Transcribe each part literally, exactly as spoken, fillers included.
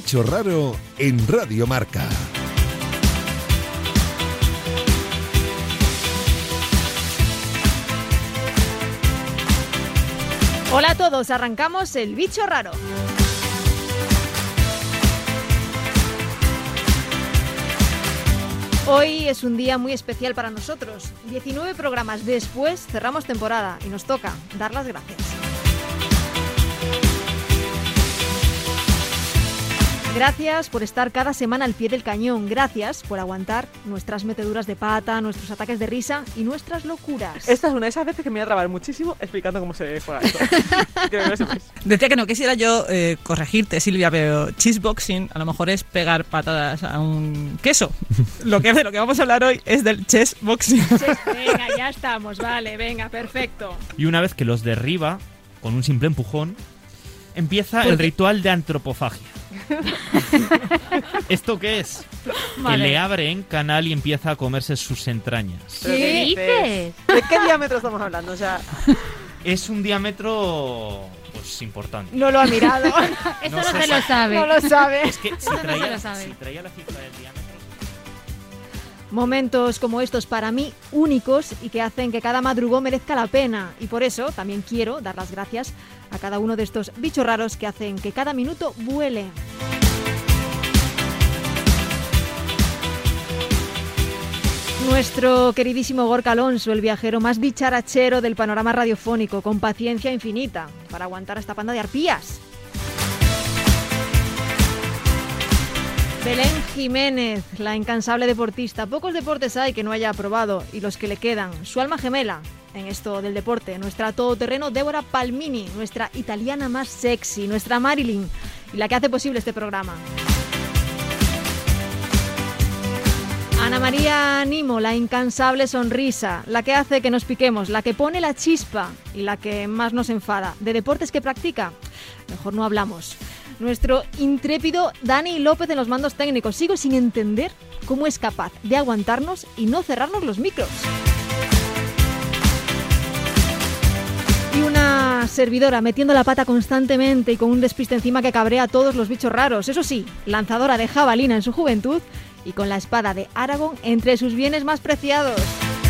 bicho raro en Radio Marca. Hola a todos, arrancamos el bicho raro. Hoy es un día muy especial para nosotros. diecinueve programas después cerramos temporada y nos toca dar las gracias. Gracias por estar cada semana al pie del cañón. Gracias por aguantar nuestras meteduras de pata, nuestros ataques de risa y nuestras locuras. Esta es una de esas veces que me voy a trabar muchísimo explicando cómo se juega esto. Que no sepáis. Decía que no quisiera yo eh, corregirte, Silvia, pero cheeseboxing a lo mejor es pegar patadas a un queso. Lo que, de lo que vamos a hablar hoy es del chessboxing. Venga, ya estamos, vale, venga, perfecto. Y una vez que los derriba, con un simple empujón, empieza ¿Por el qué? ritual de antropofagia. ¿Esto qué es? Vale. Que le abre en canal y empieza a comerse sus entrañas. ¿Pero qué dices? ¿De qué diámetro estamos hablando? O sea, Es un diámetro, pues, importante. No lo ha mirado. Eso No no, sé se lo si- sabe. No lo sabe. Es que si Eso no se traía, lo sabe. si traía la cifra del diámetro... Momentos como estos para mí únicos y que hacen que cada madrugón merezca la pena. Y por eso también quiero dar las gracias a cada uno de estos bichos raros que hacen que cada minuto vuele. Nuestro queridísimo Gorka Alonso, el viajero más dicharachero del panorama radiofónico, con paciencia infinita para aguantar a esta panda de arpías. Belén Jiménez, la incansable deportista. Pocos deportes hay que no haya probado y los que le quedan. Su alma gemela en esto del deporte. Nuestra todoterreno Débora Palmini, nuestra italiana más sexy, nuestra Marilyn y la que hace posible este programa. Ana María Nimo, la incansable sonrisa, la que hace que nos piquemos, la que pone la chispa y la que más nos enfada. ¿De deportes que practica? Mejor no hablamos. Nuestro intrépido Dani López en los mandos técnicos. Sigo sin entender cómo es capaz de aguantarnos y no cerrarnos los micros. Y una servidora metiendo la pata constantemente y con un despiste encima que cabrea a todos los bichos raros. Eso sí, lanzadora de jabalina en su juventud y con la espada de Aragorn entre sus bienes más preciados.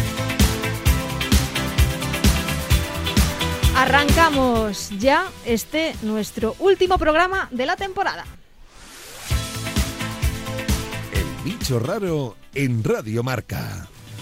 Arrancamos ya este nuestro último programa de la temporada. El bicho raro en Radio Marca.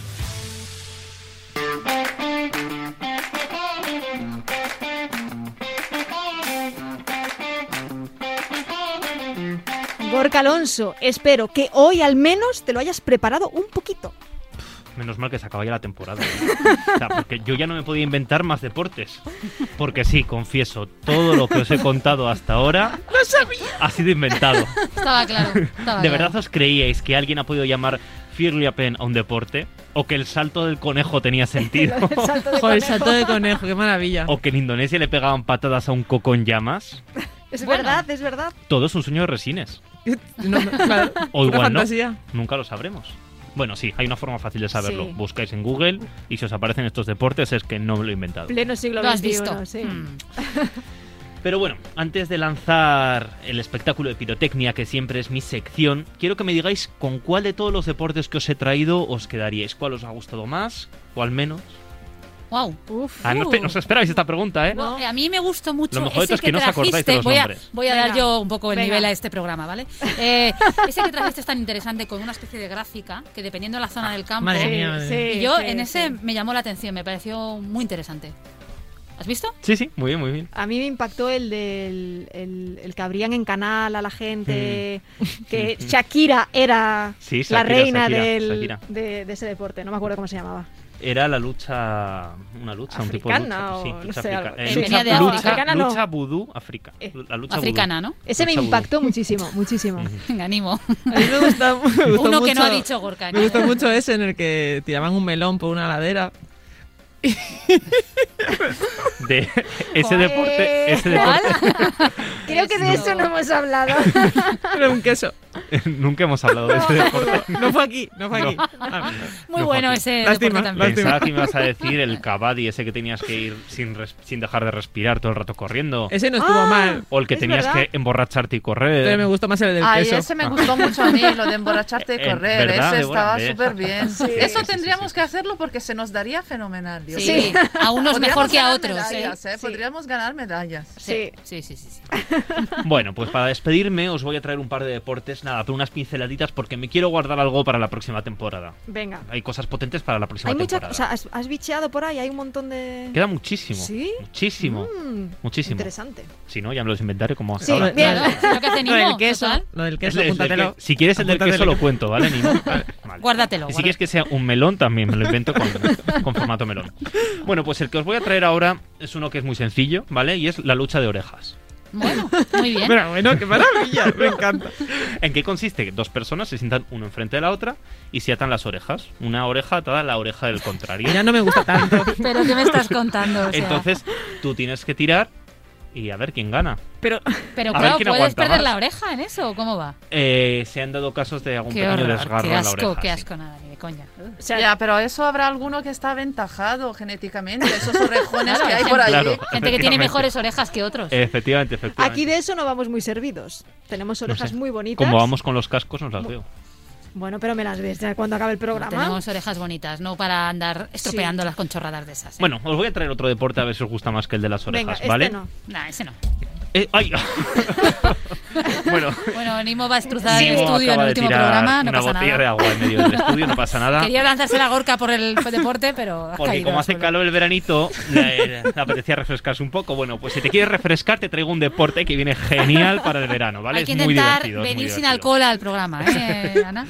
Gorka Alonso, espero que hoy al menos te lo hayas preparado un poquito. Menos mal que se acaba ya la temporada. O sea, porque yo ya no me podía inventar más deportes. Porque sí, confieso, todo lo que os he contado hasta ahora ha sido inventado. Estaba claro. Estaba ¿De claro. verdad os creíais que alguien ha podido llamar Firliapen a un deporte? ¿O que el salto del conejo tenía sentido? El salto de Joder, conejo. salto de conejo, qué maravilla. ¿O que en Indonesia le pegaban patadas a un coco en llamas? Es Bueno. verdad, es verdad. Todo es un sueño de Resines. No, no, claro, O pura igual no. fantasía. Nunca lo sabremos. Bueno, sí, hay una forma fácil de saberlo. Sí. Buscáis en Google y si os aparecen estos deportes es que no me lo he inventado. Pleno siglo Lo has veintiuno, visto. sí. Mm. Pero bueno, antes de lanzar el espectáculo de pirotecnia, que siempre es mi sección, quiero que me digáis con cuál de todos los deportes que os he traído os quedaríais. ¿Cuál os ha gustado más? ¿Cuál menos? Wow. Uf. Ah, no, espe- no os esperabais esta pregunta, ¿eh? No. Eh, A mí me gustó mucho Lo mejor de ese todo es que no os trajiste. acordáis de los voy a, nombres. voy a Venga. dar yo un poco el Venga. nivel a este programa, ¿vale? Eh, ese que trajiste es tan interesante, con una especie de gráfica que dependiendo de la zona del campo. Madre mía, madre mía. Y yo sí, en ese sí. me llamó la atención, me pareció muy interesante. ¿Has visto? Sí, sí, muy bien, muy bien. A mí me impactó el del el, el que abrían en canal a la gente, que Shakira era Sí, la Shakira, reina Shakira, del, Shakira. De, de ese deporte, no me acuerdo cómo se llamaba. Era la lucha, una lucha, un tipo de lucha. Africana o Sí, no lucha sé, africana. algo. Eh, Sí, lucha, venía de lucha, África. Africana no. lucha vudú, África. Eh, La lucha Africana, ¿no? Ese me Lucha vudú. impactó muchísimo, muchísimo. Venga, animo. A mí me gusta, me gustó Uno mucho, que no ha dicho Gorka. Me gustó mucho ese en el que tiraban un melón por una ladera. de ese Joder. deporte, ese deporte. Creo que de eso no hemos hablado. Era un queso. Nunca hemos hablado de ese deporte. No fue aquí, no fue aquí. Ah, Muy No, bueno Joaquín. ese Lástima, deporte también. lástima. Pensaba que me ibas a decir el kabaddi, ese que tenías que ir sin, res- sin dejar de respirar todo el rato corriendo. Ese no estuvo Ah, mal, O el que es tenías verdad. que emborracharte y correr. pero me gustó más el del Ay, queso. ese me gustó mucho a mí, lo de emborracharte y Eh, correr. ¿verdad, Ese Débora? estaba ¿Ves? súper bien. Sí. Eso Sí, sí, tendríamos sí. que hacerlo porque se nos daría fenomenal. Dios Sí, mío. a unos Podríamos mejor que a ganar otros. medallas, ¿eh? ¿eh? Podríamos ganar medallas. Sí. Sí, sí, sí, sí. Bueno, pues para despedirme os voy a traer un par de deportes, nada, pero unas pinceladitas porque me quiero guardar algo para la próxima temporada. Venga. Hay cosas potentes para la próxima Hay mucha, temporada. o sea, has, has bicheado por ahí, hay un montón de... Queda muchísimo. ¿Sí? Muchísimo. Mm, Muchísimo. Interesante. Si no, ya me los inventaré como hasta Sí, ahora. bien. Claro, lo que hace Lo del Nimo, queso, total. lo del El- queso, el del apúntatelo. que- si quieres el del queso Apúntatelo. lo cuento, ¿vale, Nimo? Vale. Guárdatelo, Y si guárdalo. quieres que sea un melón, también me lo invento con, con formato melón. Bueno, pues el que os voy a traer ahora es uno que es muy sencillo, ¿vale? Y es la lucha de orejas. Bueno, muy bien. Pero bueno, qué maravilla, me encanta. ¿En qué consiste? Dos personas se sientan uno enfrente de la otra y se atan las orejas. Una oreja atada a la oreja del contrario. Ya no me gusta tanto. Pero ¿qué me estás contando? O sea, Entonces tú tienes que tirar y a ver quién gana. Pero pero a ver claro, quién ¿puedes aguanta perder más. la oreja en eso? ¿Cómo va? Eh, se han dado casos de algún Qué pequeño horror, desgarro qué en la asco, oreja. qué sí. asco, nada, ni de coña. O sea, Ya, pero eso habrá alguno que está aventajado genéticamente, esos orejones Claro, que hay gente- por ahí. Claro. Gente que tiene Efectivamente. mejores orejas que otros. Efectivamente, efectivamente. aquí de eso no vamos muy servidos. Tenemos orejas sé. muy bonitas. Como vamos con los cascos, nos las veo. Bueno, pero me las ves ya cuando acabe el programa. Tenemos orejas bonitas, no para andar estropeándolas con chorradas de esas. ¿eh? Bueno, os voy a traer otro deporte a ver si os gusta más que el de las Venga, orejas, este ¿vale? no. Nah, ese no. Eh, ¡Ay! Bueno, Bueno, Nimo va a destrozar el Nimo estudio en acaba el de último tirar programa, no una pasa botella nada. de agua en medio del estudio, no pasa nada. Quería lanzarse la gorca por el deporte, pero ha Porque caído como al hace suelo. calor el veranito, le, le apetecía refrescarse un poco. Bueno, pues si te quieres refrescar, te traigo un deporte que viene genial para el verano, ¿vale? Hay que es muy intentar divertido. es muy venir sin divertido. alcohol al programa, ¿eh, Ana?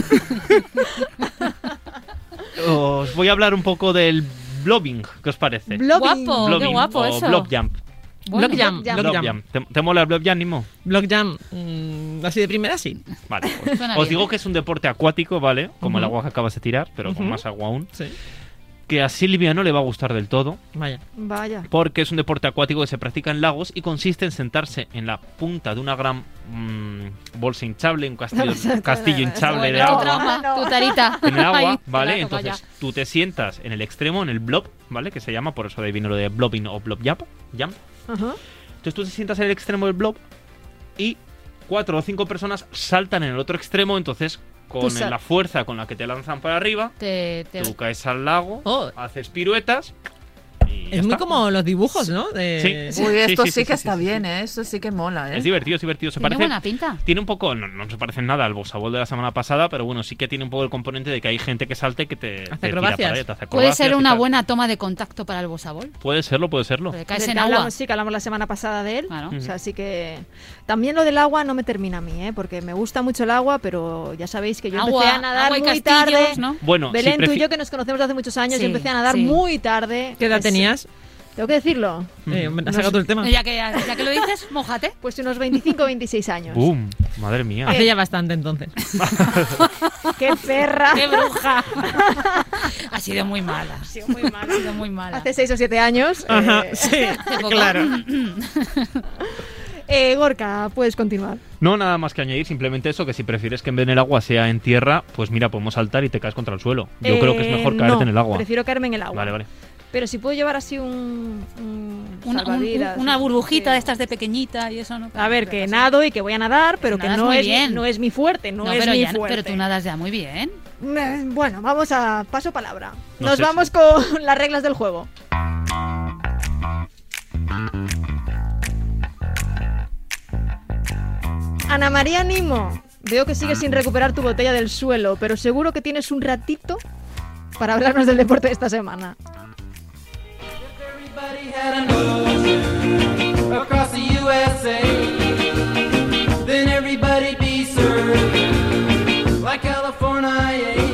Os voy a hablar un poco del blobbing, ¿qué os parece? Blobbing. Guapo. Blobbing qué guapo o eso. blob jump. Bueno, Block jam, block block Blob jam. jump. ¿Te, te mola el blob jump, Nimo? Block jam, mm, así de primera sí. Vale. Pues, Suena os bien. digo que es un deporte acuático, ¿vale? Como el Ujú. agua que acabas de tirar, pero con Ujú. más agua aún. Sí. Que a Silvia no le va a gustar del todo, Vaya. Vaya. porque es un deporte acuático que se practica en lagos y consiste en sentarse en la punta de una gran mm, bolsa hinchable, un castillo, castillo hinchable de Bueno, agua. trauma, No. tu tarita. En el agua, Ahí, ¿vale? te la toco Entonces tú te sientas en el extremo, en el blob, ¿vale? Que se llama, por eso de ahí viene lo de blobbing o blob jump. jump. Ajá. Entonces tú te sientas en el extremo del blob y cuatro o cinco personas saltan en el otro extremo, entonces con Tú sal- la fuerza con la que te lanzan para arriba, ya. Te, te- tú caes al lago, Oh. haces piruetas y ya Es muy está. como los dibujos, ¿no? De... Sí. Uy, esto sí, sí, sí, que sí, está sí, bien, sí. ¿eh? Esto sí que mola, ¿eh? Es divertido, es divertido. Se tiene parece. buena pinta. Tiene un poco, no, no se parece en nada al Bosabol de la semana pasada, pero bueno, sí que tiene un poco el componente de que hay gente que salta y que te, te tira acrobacias. para allá, te hace Puede acrobacias ser y una tal. buena toma de contacto para el bosabol. Puede serlo, puede serlo. Porque caes Del en que agua. hablamos, sí, que hablamos la semana pasada de él. Claro. O sea, sí que... También lo del agua no me termina a mí, ¿eh? Porque me gusta mucho el agua, pero ya sabéis que yo Agua, empecé a nadar agua y muy castillos, tarde. ¿no? Bueno, Belén, si tú y prefi- yo que nos conocemos de hace muchos años, Sí, yo empecé a nadar sí. muy tarde. ¿Qué edad Es- tenías? ¿Tengo que decirlo? Eh, me has sacado tú el tema. Ya que, ya que lo dices, mójate. Pues unos veinticinco o veintiséis años. ¡Bum! Madre mía. Hace ya bastante entonces. ¡Qué perra! ¡Qué bruja! Ha sido muy mala. Ha sido muy mala. Ha sido muy mala. Hace seis o siete años. Ajá, eh, sí, Hace poco. claro. eh, Gorka, puedes continuar. No, nada más que añadir, simplemente eso, que si prefieres que en vez del agua sea en tierra, pues mira, podemos saltar y te caes contra el suelo. Yo Eh, creo que es mejor caerte no, en el agua. Prefiero caerme en el agua. Vale, vale. Pero si puedo llevar así un, un Una, un- salvavidas, una burbujita sí. de estas de pequeñita y eso, ¿no? A ver, que nado y que voy a nadar, pero que Nadas no muy es, bien. no es mi fuerte, no, No, es pero, mi ya, fuerte. pero tú nadas ya muy bien. Eh, Bueno, vamos a paso palabra. No Nos sé vamos si- con las reglas del juego. Ana María Nimo, veo que sigues sin recuperar tu botella del suelo, pero seguro que tienes un ratito para hablarnos del deporte de esta semana. Everybody had an ocean across the U S A. Then everybody'd be served like California.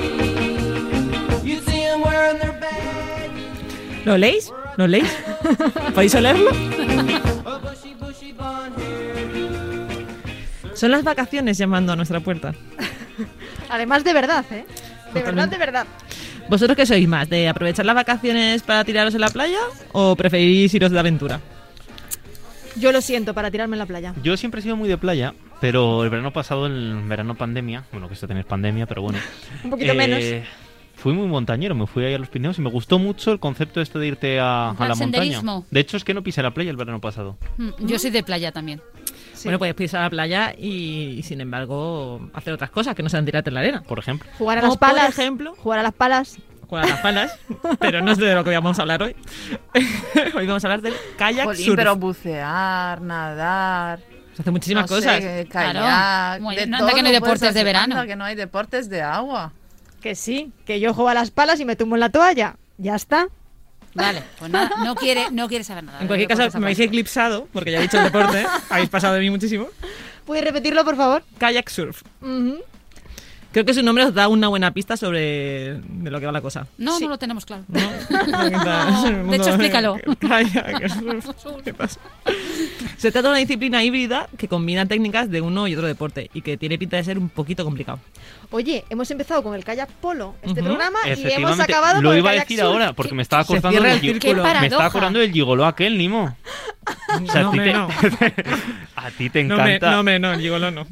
You'd see 'em wearing their bag, ¿Lo leéis? ¿Lo leéis? ¿Podéis olerlo? a bushy, bushy blonde hair. Son las vacaciones llamando a nuestra puerta. Además, de verdad, ¿eh? De verdad, Totalmente. de verdad. ¿Vosotros qué sois más? ¿De aprovechar las vacaciones para tiraros en la playa o preferís iros de aventura? Yo lo siento, para tirarme en la playa. Yo siempre he sido muy de playa, pero el verano pasado, el verano pandemia, bueno, que esto tenés pandemia, pero bueno. Un poquito menos. Fui muy montañero, me fui ahí a los Pirineos y me gustó mucho el concepto este de irte a, a la senderismo. montaña. De hecho, es que no pisé la playa el verano pasado. Mm, Yo soy de playa también. Sí. Bueno, puedes pisar a la playa y, y, sin embargo, hacer otras cosas que no sean tirarte en la arena. Por ejemplo. Jugar a Como las palas. por ejemplo, Jugar a las palas. jugar a las palas, pero no es de lo que vamos a hablar hoy. Hoy vamos a hablar del kayak Jolín, surf. pero bucear, nadar. Se hacen muchísimas no cosas. Sé, Claro. kayak, Muy- de anda todo que no hay puedes deportes de hacer, verano. anda que no hay deportes de agua. Que sí, que yo juego a las palas y me tumbo en la toalla. Ya está. Vale, pues nada, no quiere, no quiere saber nada. En de cualquier deportes caso, me habéis acuáticos. eclipsado, porque ya he dicho el deporte, habéis pasado de mí muchísimo. ¿Puedes repetirlo, por favor? Kayak surf. Ujú. Creo que su nombre os da una buena pista sobre de lo que va la cosa. No, Sí. no lo tenemos claro. ¿No? De hecho, explícalo. Kayak surf. ¿Qué pasa? Se trata de una disciplina híbrida que combina técnicas de uno y otro deporte y que tiene pinta de ser un poquito complicado. Oye, hemos empezado con el kayak polo, este Ujú. programa, y hemos Efectivamente, acabado lo con el iba a kayak decir surf. ahora, porque me estaba Se acordando cierra del el gi- círculo. Qué me estaba paradoja. acordando del gigoló aquel, Nimo. O sea, No, a, ti hombre, te, no. a ti te No me, encanta. no, me, no, el gigolo no.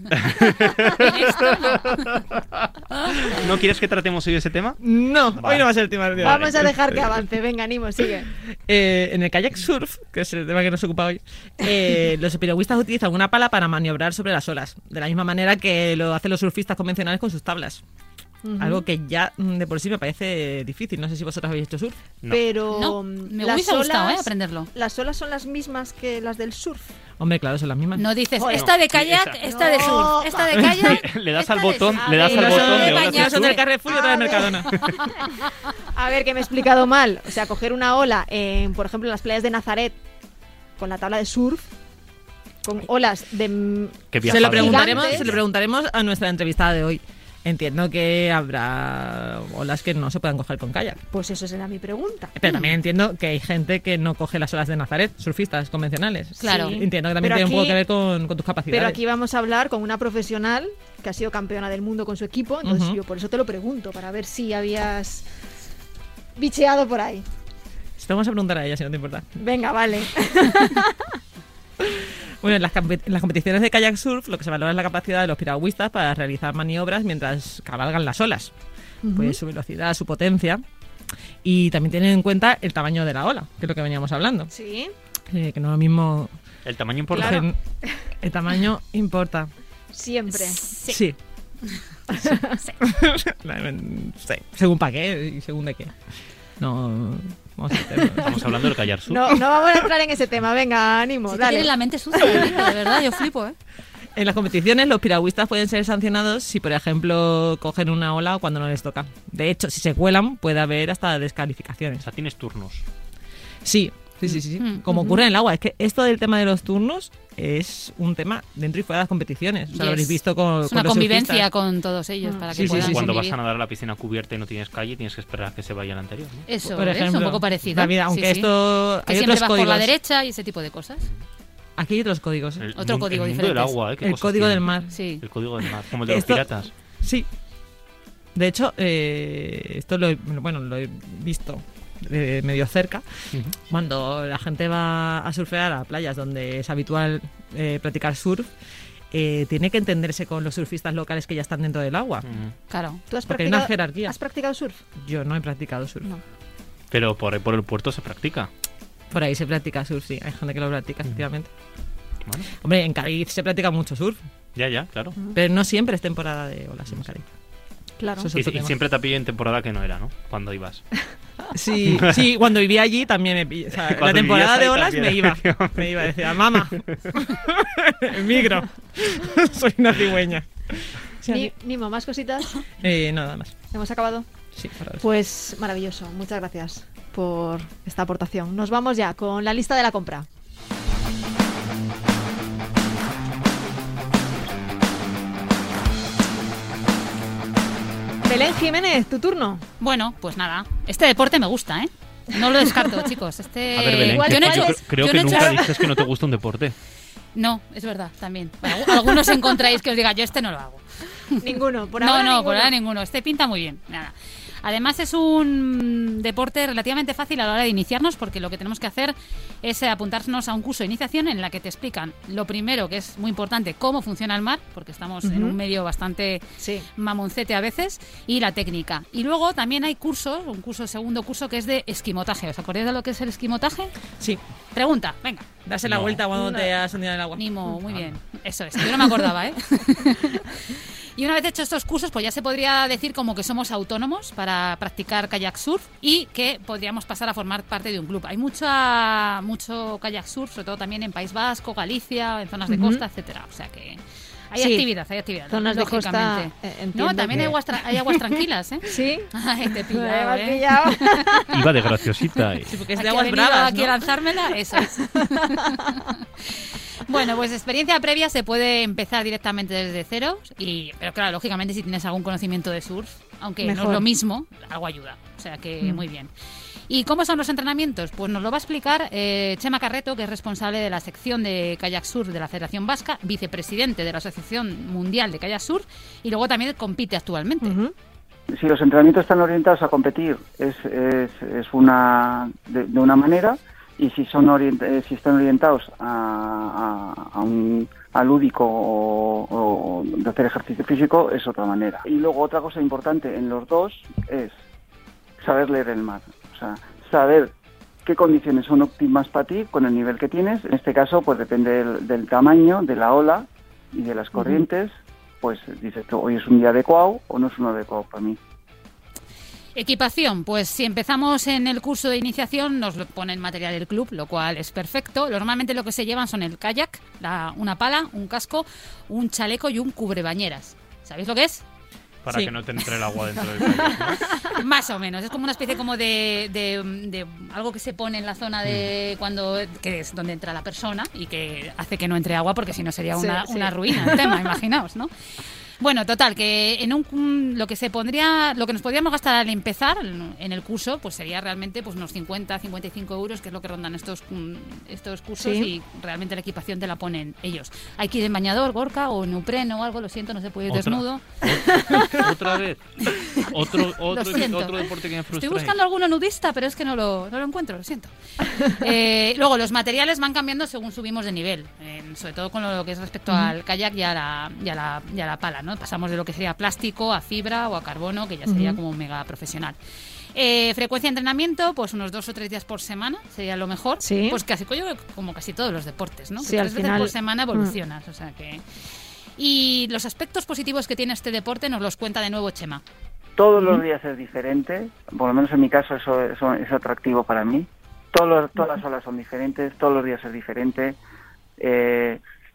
¿No quieres que tratemos hoy ese tema? No, Vale. hoy no va a ser el tema del día. Vamos a dejar que avance. Venga, Nimo, sigue. Eh, en el kayak surf, que es el tema que nos ocupa hoy, eh, los piragüistas utilizan una pala para maniobrar sobre las olas, de la misma manera que lo hacen los surfistas convencionales con sus tablas. Ujú. Algo que ya mm, de por sí me parece difícil. No sé si vosotros habéis hecho surf. No. Pero No, mm, me las hubiese gustado, olas- ¿eh? Aprenderlo. Las olas son las mismas que las del surf. Hombre, claro, son las mismas. No dices, Joder, esta de sí, kayak, esa. esta de No. surf, esta de kayak. Le das esta al de botón, surf. le das A al ver, botón no de de olas Una bañarse. son del Carrefour y otra del A ver. Mercadona. A ver, que me he explicado mal. O sea, coger una ola, en, por ejemplo, en las playas de Nazaret, con la tabla de surf, con olas de... Qué Se lo, viajable. preguntaremos, Gigantes. se lo preguntaremos a nuestra entrevistada de hoy. Entiendo que habrá olas que no se puedan coger con kayak. Pues eso será mi pregunta. Pero también entiendo que hay gente que no coge las olas de Nazaret, surfistas convencionales. Claro. Sí, entiendo que también Pero tiene un poco aquí- que ver con, con tus capacidades. Pero aquí vamos a hablar con una profesional que ha sido campeona del mundo con su equipo. Entonces Ujú. yo por eso te lo pregunto, para ver si habías bicheado por ahí. Se lo vamos a preguntar a ella si no te importa. Venga, vale. Bueno, en las, campe- en las competiciones de kayak surf lo que se valora es la capacidad de los piragüistas para realizar maniobras mientras cabalgan las olas. Pues su velocidad, su potencia. Y también tienen en cuenta el tamaño de la ola, que es lo que veníamos hablando. Sí. Eh, que no es lo mismo. El tamaño importa. Claro. El tamaño importa. Siempre. Sí. Sí. La- sí. Según para qué y según de qué. No. Vamos a hacerlo. Estamos hablando del kayak surf. No, no vamos a entrar en ese tema. Venga, ánimo, Si te dale. tiene la mente sucia, ¿eh? De verdad, yo flipo, ¿eh? En las competiciones los piragüistas pueden ser sancionados si, por ejemplo, cogen una ola cuando no les toca. De hecho, si se cuelan puede haber hasta O descalificaciones. sea, tienes turnos. Sí, sí, sí, sí. sí. Mm, Como ocurre en el agua. Es que esto del tema de los turnos es un tema dentro y fuera de las competiciones. O sea, lo Yes. habréis visto con, Es con una los convivencia surfistas. con todos ellos para que Sí, sí, puedan sí. Cuando convivir. vas a nadar a la piscina cubierta y no tienes calle, tienes que esperar a que se vaya el anterior, ¿no? Eso, Por es ejemplo, un poco parecido. David, aunque Sí, sí. esto Que hay siempre otros vas códigos. por la derecha y ese tipo de cosas. Aquí hay otros códigos. ¿eh? El Otro mun- código el mundo del diferentes. agua, ¿eh? ¿Qué El cosas código tiene? del mar. Sí. El código del mar, como el de los Esto- piratas. Sí. De hecho, eh, esto lo he, bueno, lo he visto de medio cerca. Ujú. Cuando la gente va a surfear a playas donde es habitual eh, practicar surf, eh, tiene que entenderse con los surfistas locales que ya están dentro del agua. Ujú. Claro. ¿Tú has Porque hay una practicado, jerarquía. ¿Has practicado surf? Yo no he practicado surf. No. Pero por, por el puerto se practica. Por ahí se practica surf, sí. Hay gente que lo practica, efectivamente. Bueno, Hombre, en Cádiz se practica mucho surf, ya, ya, claro. pero no siempre es temporada de olas en Cádiz. Claro. Eso es Y, otro y tema. siempre te pillé en temporada que no era, ¿no? Cuando ibas. Sí, sí, cuando vivía allí también me pillé. O sea, la Cuando temporada vivías de ahí olas también, me iba. efectivamente. Me iba, decía, mamá, migro. Soy una cigüeña. Sí, Ni- Nimo, ¿más cositas? eh, no, nada más. ¿Hemos acabado? Sí, por ahora sí. Pues maravilloso. Muchas gracias por esta aportación. Nos vamos ya con la lista de la compra. Belén Jiménez, tu turno. Bueno, pues nada. Este deporte me gusta, ¿eh? No lo descarto, chicos. Este... A ver, Belén, igual que- yo no he yo hecho- cre- creo yo que no he hecho- nunca dices que no te gusta un deporte. No, es verdad, también. Algu- Algunos encontráis que os diga, yo este no lo hago. Ninguno, por no, ahora no, ninguno. por ahora ninguno. Este pinta muy bien. Nada. Además es un deporte relativamente fácil a la hora de iniciarnos, porque lo que tenemos que hacer es apuntarnos a un curso de iniciación en la que te explican lo primero, que es muy importante, cómo funciona el mar, porque estamos uh-huh. en un medio bastante sí. mamoncete a veces, y la técnica. Y luego también hay cursos, un curso, segundo curso, que es de esquimotaje. ¿Os acordáis de lo que es el esquimotaje? Sí. Pregunta, venga. Darse la No. vuelta cuando No. te has hundido en el agua. Nimo, muy bien. Eso es, yo no me acordaba, ¿eh? Y una vez hecho estos cursos, pues ya se podría decir como que somos autónomos para practicar kayak surf y que podríamos pasar a formar parte de un club. Hay mucha, mucho kayak surf, sobre todo también en País Vasco, Galicia, en zonas de Uh-huh. costa, etcétera. O sea que hay Sí. actividad, hay actividad. Zonas de costa, lógicamente. eh, entiendo No, también que- hay aguas, tra- hay aguas tranquilas, ¿eh? ¿Sí? Ay, te he Me pillado, has ¿eh? pillado. Iba de graciosita. eh. Sí, porque es Aquí de ha aguas venido bravas, aquí ¿no? a lanzármela, eso es. Bueno, pues experiencia previa se puede empezar directamente desde cero, y, pero claro, lógicamente si tienes algún conocimiento de surf, aunque no Mejor. es lo mismo, algo ayuda. O sea que Mm. muy bien. ¿Y cómo son los entrenamientos? Pues nos lo va a explicar eh, Chema Carreto, que es responsable de la sección de kayak surf de la Federación Vasca, vicepresidente de la Asociación Mundial de Kayak Surf, y luego también compite actualmente. Ujú. Si los entrenamientos están orientados a competir es, es, es una de, de una manera, y si son orient, eh, si están orientados a, a, a un a lúdico o, o de hacer ejercicio físico es otra manera. Y luego otra cosa importante en los dos es saber leer el mar, o sea, saber qué condiciones son óptimas para ti con el nivel que tienes. En este caso, pues depende del, del tamaño, de la ola y de las corrientes. Pues dices que hoy es un día adecuado o no es un adecuado para mí. Equipación, pues si empezamos en el curso de iniciación nos lo pone el material del club, lo cual es perfecto. Normalmente lo que se llevan son el kayak, la, una pala, un casco, un chaleco y un cubrebañeras. ¿Sabéis lo que es? Para Sí. que no te entre el agua dentro del kayak, ¿no? Más o menos, es como una especie como de, de, de algo que se pone en la zona de cuando que es donde entra la persona y que hace que no entre agua, porque si no sería una, Sí, sí. una ruina el tema, imaginaos, ¿no? Bueno, total, que en un lo que se pondría, lo que nos podríamos gastar al empezar en el curso, pues sería realmente pues unos cincuenta, cincuenta y cinco euros, que es lo que rondan estos mm, estos cursos, Sí. y realmente la equipación te la ponen ellos. Hay que ir en bañador, gorka o neopreno o algo, lo siento, no se puede ir Otra. desnudo. Otra vez. Otro, otro, Lo siento. otro deporte que me frustra. Estoy buscando alguno nudista, pero es que no lo, no lo encuentro, lo siento. Eh, luego, los materiales van cambiando según subimos de nivel, eh, sobre todo con lo que es respecto al kayak y a la, y a la, y a la pala, ¿no? Pasamos de lo que sería plástico a fibra o a carbono, que ya sería Ujú. como mega profesional. Eh, frecuencia de entrenamiento, pues unos dos o tres días por semana sería lo mejor. Sí. Pues casi yo creo que como casi todos los deportes, ¿no? Sí, Que al tres veces final- por semana evolucionas, o sea que... Y los aspectos positivos que tiene este deporte nos los cuenta de nuevo Chema. Todos los días es diferente, por lo menos en mi caso eso, eso es atractivo para mí. Todos los- todas las olas son diferentes, todos los días es diferente. Eh,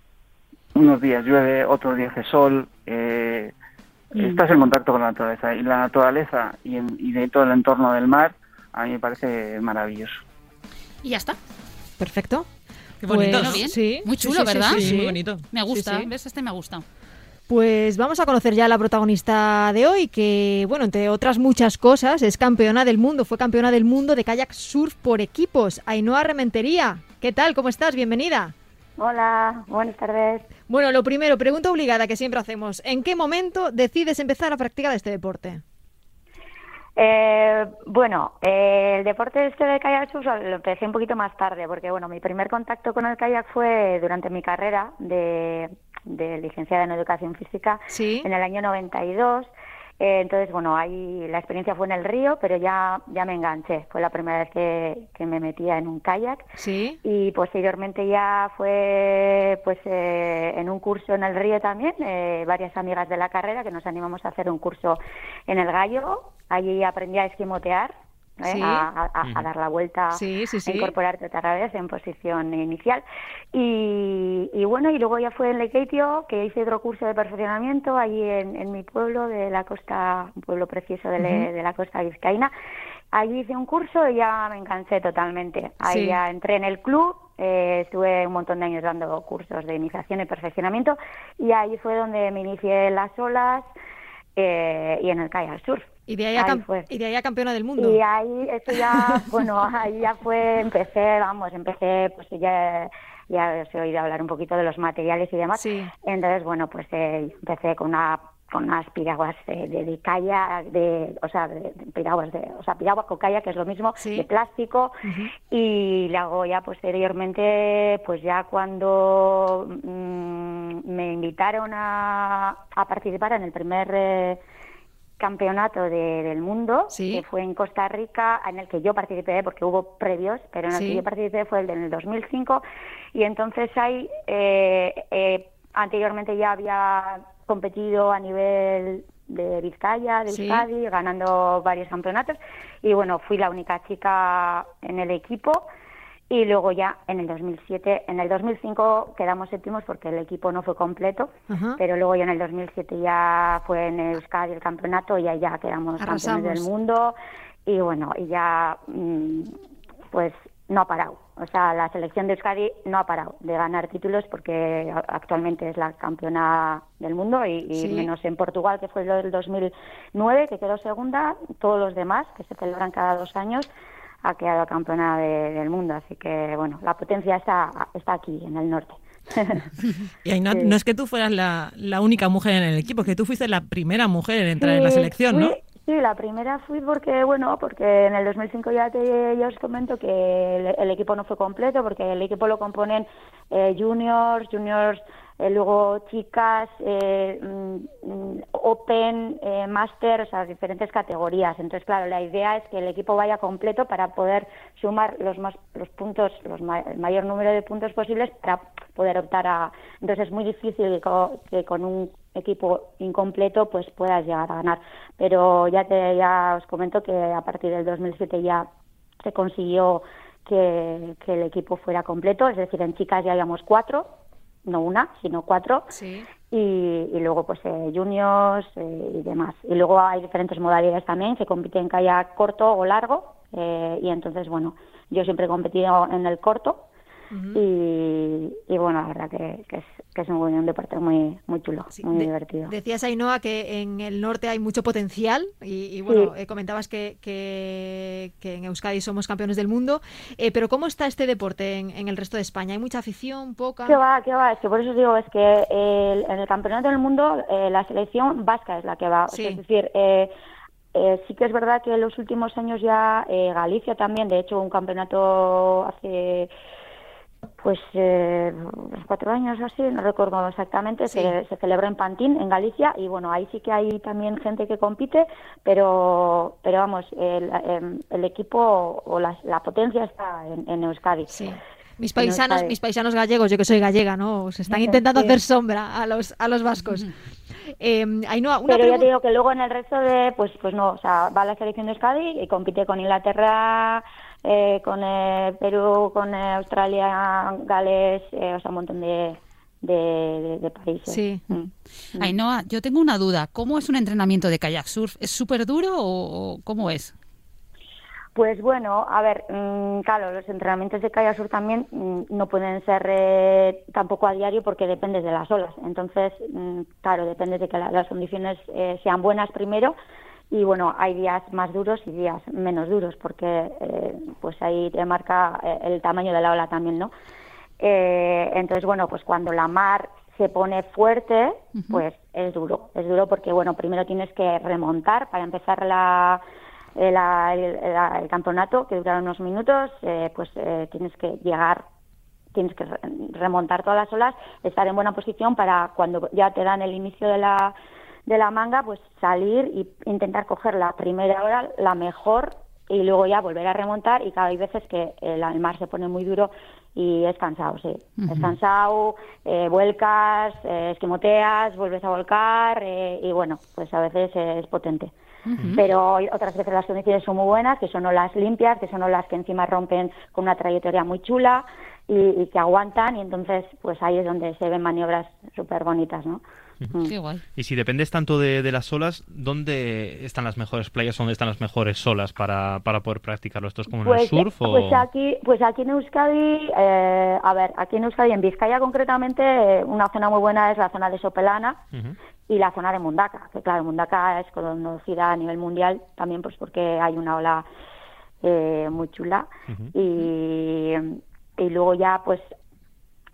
unos días llueve, otros días hace sol. Eh, Estás en contacto con la naturaleza, y la naturaleza y, en- y de todo el entorno del mar a mí me parece maravilloso. Y ya está. Perfecto. Qué bonito, Pues, ¿no? bien. sí, Muy sí, chulo, sí, sí, ¿verdad? sí, Sí, sí. muy bonito. Me gusta, Sí, sí. ¿ves? Este me ha gustado. Pues vamos a conocer ya a la protagonista de hoy, que, bueno, entre otras muchas cosas, es campeona del mundo, fue campeona del mundo de kayak surf por equipos. Ainhoa Rementería, ¿qué tal? ¿Cómo estás? Bienvenida. Hola, buenas tardes. Bueno, lo primero, pregunta obligada que siempre hacemos. ¿En qué momento decides empezar a practicar este deporte? Eh, bueno, eh, el deporte este de kayak surf lo empecé un poquito más tarde, porque bueno, mi primer contacto con el kayak fue durante mi carrera de, de licenciada en Educación Física Sí. en el año noventa y dos. Eh, entonces, bueno, ahí la experiencia fue en el río, pero ya, ya me enganché. Fue la primera vez que, que me metía en un kayak. Sí. Y posteriormente ya fue pues eh, en un curso en el río también, eh, varias amigas de la carrera que nos animamos a hacer un curso en el Gallo. Allí aprendí a esquimotear, ¿eh? Sí. a, a- a- a dar la vuelta, Sí, sí, sí. a incorporarte otra vez en posición inicial. Y, y bueno, y luego ya fue en Lekeitio, que hice otro curso de perfeccionamiento allí en, en mi pueblo de la costa, un pueblo precioso de, le- Ujú. de la costa vizcaína. Allí hice un curso y ya me enganché totalmente. Ahí Sí. ya entré en el club, eh, estuve un montón de años dando cursos de iniciación y perfeccionamiento, y ahí fue donde me inicié en las olas eh, y en el kayak surf. Y de ahí a, Ahí cam- fue. y de ahí a campeona del mundo. Y ahí, eso ya, bueno, ahí ya fue, empecé, vamos, empecé, pues ya, ya os he oído hablar un poquito de los materiales y demás. Sí. Entonces, bueno, pues eh, empecé con una con unas piraguas de, de, de kayak, de, o sea, de, de piraguas de, o sea, piragua con kayak, que es lo mismo, Sí. de plástico, Ujú. y luego ya posteriormente, pues ya cuando mm, me invitaron a, a participar en el primer eh, campeonato de- del mundo, Sí. que fue en Costa Rica, en el que yo participé, porque hubo previos, pero en el Sí. que yo participé fue el del dos mil cinco, y entonces ahí, eh, eh, anteriormente ya había competido a nivel de Vizcaya, de Sí. Euskadi, ganando varios campeonatos, y bueno, fui la única chica en el equipo. Y luego ya en el dos mil siete, en el dos mil cinco quedamos séptimos porque el equipo no fue completo, Ajá. pero luego ya en el dos mil siete ya fue en Euskadi el campeonato y ahí ya quedamos Arrasamos. campeones del mundo, y bueno, y ya mm, pues no ha parado. O sea, la selección de Euskadi no ha parado de ganar títulos porque a- actualmente es la campeona del mundo, y, y Sí. menos en Portugal, que fue lo del dos mil nueve, que quedó segunda, todos los demás, que se celebran cada dos años, ha quedado campeona de- del mundo. Así que, bueno, la potencia está, está aquí, en el norte. Y ahí no, Sí. no es que tú fueras la, la única mujer en el equipo, es que tú fuiste la primera mujer en entrar en la Sí, selección, ¿no? fui- Sí, la primera fui porque, bueno, porque en el dos mil cinco ya, te, ya os comento que el, el equipo no fue completo, porque el equipo lo componen eh, juniors, juniors, eh, luego chicas, eh, mm, mm, open, eh, master, o sea, diferentes categorías. Entonces, claro, la idea es que el equipo vaya completo para poder sumar los más los puntos, los ma- el mayor número de puntos posibles para poder optar a... Entonces es muy difícil que co- que con un equipo incompleto pues puedas llegar a ganar, pero ya te ya os comento que a partir del dos mil siete ya se consiguió que, que el equipo fuera completo, es decir, en chicas ya habíamos cuatro, no una, sino cuatro, Sí. y, y luego pues eh, juniors eh, y demás. Y luego hay diferentes modalidades también, se compite en kayak corto o largo, eh, y entonces, bueno, yo siempre he competido en el corto, Ujú. y, y bueno, la verdad que, que es, que es un, un deporte muy muy chulo, Sí, muy de- divertido. Decías, Ainhoa, que en el norte hay mucho potencial y, y, bueno, Sí. eh, comentabas que, que, que en Euskadi somos campeones del mundo, eh, pero ¿cómo está este deporte en, en el resto de España? ¿Hay mucha afición, poca? ¿Qué va? ¿Qué va? Es que por eso os digo, es que el- en el Campeonato del Mundo eh, la selección vasca es la que va. O sea, Sí. es decir, eh, eh, sí que es verdad que en los últimos años ya eh, Galicia también, de hecho, un campeonato hace pues eh, cuatro años o así, no recuerdo exactamente, Sí. se, se celebró en Pantín, en Galicia, y bueno, ahí sí que hay también gente que compite, pero pero vamos, el, em, el equipo o la, la potencia está en, en Euskadi. Sí. Mis En paisanos, Euskadi. mis paisanos gallegos, yo que soy gallega, ¿no? Se están intentando Sí. hacer sombra a los a los vascos. Eh, Ainhoa, una Pero ya pregunta. te digo que luego en el resto de, pues pues no, o sea, va la selección de Euskadi y compite con Inglaterra, eh, con eh, Perú, con eh, Australia, Gales, eh, o sea, un montón de, de, de- de países. Sí. Mm. Mm. Ainhoa, yo tengo una duda. ¿Cómo es un entrenamiento de kayak surf? ¿Es súper duro o o cómo es? Pues bueno, a ver, mm, claro, los entrenamientos de kayak surf también mm, no pueden ser eh, tampoco a diario porque depende de las olas. Entonces, mm, claro, depende de que la- las condiciones eh, sean buenas primero, y bueno, hay días más duros y días menos duros porque eh, pues ahí te marca eh, el tamaño de la ola también, ¿no? Eh, entonces, bueno, pues cuando la mar se pone fuerte, pues es duro, es duro porque, bueno, primero tienes que remontar para empezar la el, el- el- el campeonato, que dura unos minutos, eh, pues eh, tienes que llegar, tienes que re- remontar todas las olas, estar en buena posición para cuando ya te dan el inicio de la, de la manga, pues salir y intentar coger la primera ola, la mejor, y luego ya volver a remontar. Y cada hay veces que el, el mar se pone muy duro y es cansado, sí. Es cansado, eh, vuelcas, eh, esquimoteas, vuelves a volcar, eh, y bueno, pues a veces eh, es potente. Pero otras veces las condiciones son muy buenas, que son olas limpias, que son olas que encima rompen con una trayectoria muy chula y, y que aguantan, y entonces pues ahí es donde se ven maniobras súper bonitas, ¿no? Mm. Qué guay. Y si dependes tanto de, de las olas, ¿dónde están las mejores playas? ¿Dónde están las mejores olas para, para poder practicarlo? ¿Esto es como en el Pues, surf? O... pues aquí, pues aquí en Euskadi, eh, a ver, aquí en Euskadi, en Vizcaya concretamente, eh, una zona muy buena es la zona de Sopelana Ujú. y la zona de Mundaka, que claro, Mundaka es conocida a nivel mundial también pues porque hay una ola eh, muy chula. Ujú. y, y luego ya pues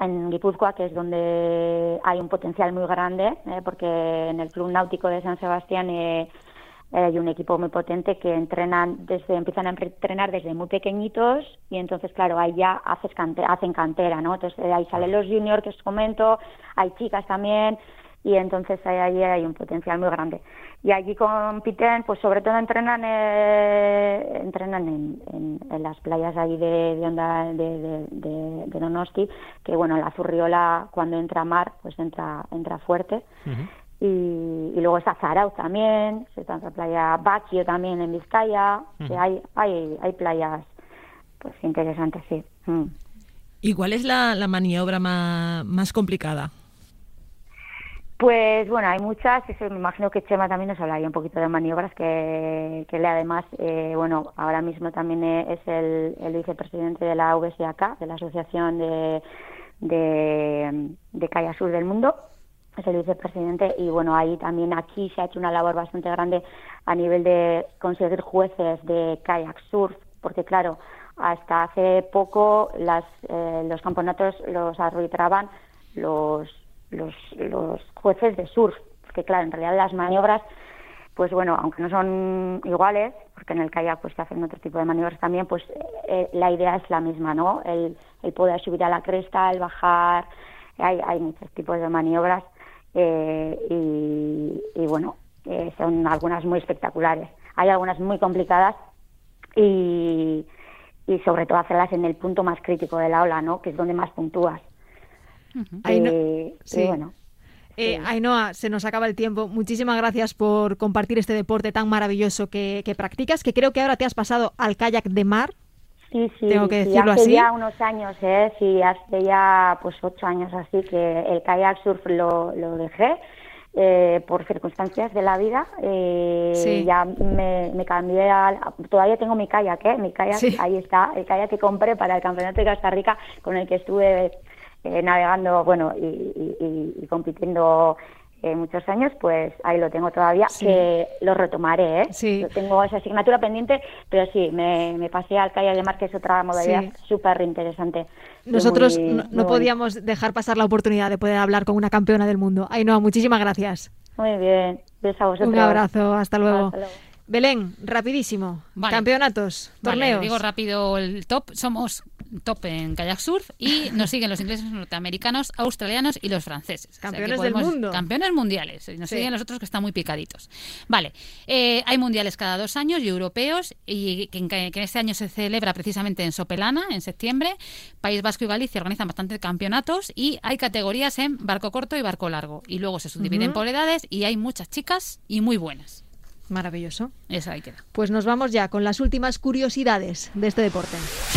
en Guipúzcoa, que es donde hay un potencial muy grande, eh, porque en el Club Náutico de San Sebastián eh, hay un equipo muy potente que entrenan desde empiezan a entrenar desde muy pequeñitos y entonces, claro, ahí ya haces cante, hacen cantera, ¿no? Entonces eh, ahí salen los juniors que os comento, hay chicas también y entonces ahí, ahí hay un potencial muy grande. Y allí compiten, pues sobre todo entrenan eh, entrenan en, en, en las playas ahí de, de Onda de, de, de, de Donosti, que bueno, la Zurriola cuando entra mar, pues entra entra fuerte. Uh-huh. Y, y luego está Zarauz también, está la playa Baquio también en Vizcaya, uh-huh. que hay, hay hay playas pues interesantes, sí. Mm. ¿Y cuál es la, la maniobra más, más complicada? Pues bueno, hay muchas, eso me imagino que Chema también nos hablaría un poquito de maniobras, que, que él además, eh, bueno, ahora mismo también es el, el vicepresidente de la V S A K, de la Asociación de, de, de Kayak Surf del Mundo, es el vicepresidente y bueno, ahí también aquí se ha hecho una labor bastante grande a nivel de conseguir jueces de kayak surf, porque claro, hasta hace poco las, eh, los campeonatos los arbitraban los, los, los jueces de surf, porque claro, en realidad las maniobras, pues bueno, aunque no son iguales, porque en el kayak pues se hacen otro tipo de maniobras también, pues eh, la idea es la misma, ¿no? El, el poder subir a la cresta, el bajar, hay, hay muchos tipos de maniobras. Eh, y, y bueno, eh, son algunas muy espectaculares. Hay algunas muy complicadas y, y sobre todo hacerlas en el punto más crítico de la ola, ¿no? Que es donde más puntúas. Uh-huh. Eh, Aino- sí. Y bueno. Eh, sí. Ainhoa, se nos acaba el tiempo. Muchísimas gracias por compartir este deporte tan maravilloso que, que practicas, que creo que ahora te has pasado al kayak de mar. Sí, sí, Tengo que sí, decirlo hace así. ya unos años, ¿eh? Sí, hace ya pues ocho años así que el kayak surf lo, lo dejé eh, por circunstancias de la vida. Eh, Sí. Ya me, me cambié al... Todavía tengo mi kayak, ¿eh? Mi kayak, Sí. ahí está, el kayak que compré para el Campeonato de Costa Rica, con el que estuve eh, navegando, bueno, y, y, y, y compitiendo eh, muchos años, pues ahí lo tengo todavía, Sí. que lo retomaré, ¿eh? Sí. Lo tengo esa asignatura pendiente, pero sí, me, me pasé al kayak de mar, que es otra modalidad Sí. súper interesante. Nosotros Muy- no, muy no bonita. podíamos dejar pasar la oportunidad de poder hablar con una campeona del mundo. Ainhoa, muchísimas gracias. Muy bien, besos a vosotros. Un abrazo, hasta luego. Hasta luego. Belén, rapidísimo. Vale. Campeonatos, Vale, torneos. digo rápido el top. Somos top en kayak surf y nos siguen los ingleses, norteamericanos, australianos y los franceses. O sea, que Campeones del mundo. Campeones mundiales. Y nos Sí. siguen los otros que están muy picaditos. Vale, eh, hay mundiales cada dos años y europeos y que, que, que este año se celebra precisamente en Sopelana, en septiembre. País Vasco y Galicia organizan bastantes campeonatos y hay categorías en barco corto y barco largo. Y luego se subdividen Ujú. por edades y hay muchas chicas y muy buenas. Maravilloso. Eso ahí queda. Pues nos vamos ya con las últimas curiosidades de este deporte.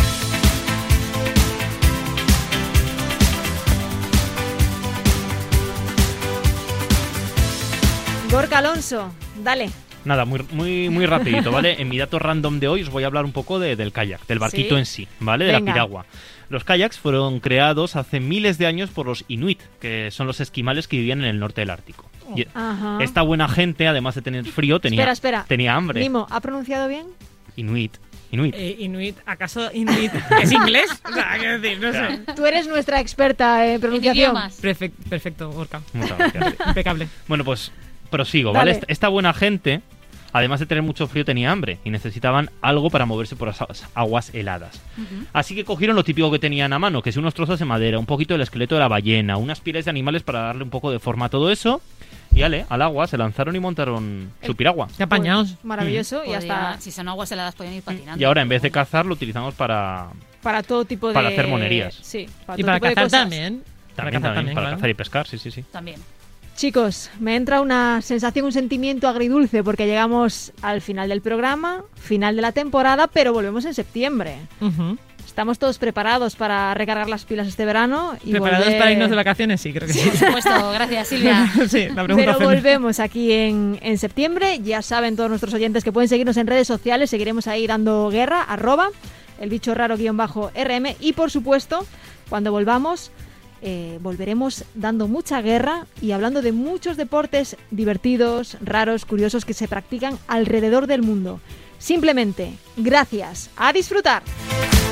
Gorka Alonso, dale. Nada, muy, muy, muy rapidito, ¿vale? En mi dato random de hoy os voy a hablar un poco de, del kayak, del barquito Sí. en sí, ¿vale? De Venga. la piragua. Los kayaks fueron creados hace miles de años por los inuit, que son los esquimales que vivían en el norte del Ártico. Y Ajá. esta buena gente, además de tener frío, tenía, Espera, espera. tenía hambre. Nimo, ¿ha pronunciado bien? Inuit. Inuit. Eh, Inuit, ¿acaso Inuit es inglés? O sea, quiero decir, no sé. Tú eres nuestra experta en pronunciación. idiomas. Perfec- perfecto, Gorka. Muchas gracias. Impecable. Bueno, pues prosigo, ¿vale? Dale. Esta, esta buena gente, además de tener mucho frío, tenía hambre y necesitaban algo para moverse por las aguas heladas. Ujú. Así que cogieron lo típico que tenían a mano, que es unos trozos de madera, un poquito del esqueleto de la ballena, unas pieles de animales para darle un poco de forma a todo eso. Y ale, al agua, se lanzaron y montaron su piragua. Qué apañados. Pues, maravilloso. Y Podría- hasta Si son aguas heladas, pueden ir patinando. Y ahora, en vez de cazar, lo utilizamos para... para todo tipo de... Para hacer monerías. Sí, para Y todo para tipo de cazar cosas. también. Para También, cazar también, también, para claro. cazar y pescar, sí, sí, sí. También. Chicos, me entra una sensación, un sentimiento agridulce porque llegamos al final del programa, final de la temporada, pero volvemos en septiembre. Ujú. Estamos todos preparados para recargar las pilas este verano y ¿Preparados volver- para irnos de vacaciones? Sí, creo que sí. Por supuesto, gracias Silvia. Sí, la pregunta Pero ofende. volvemos aquí en, en septiembre. Ya saben todos nuestros oyentes que pueden seguirnos en redes sociales. Seguiremos ahí dando guerra, arroba, el bicho raro guión bajo R M. Y por supuesto, cuando volvamos, eh, volveremos dando mucha guerra y hablando de muchos deportes divertidos, raros, curiosos que se practican alrededor del mundo. Simplemente, gracias. A disfrutar.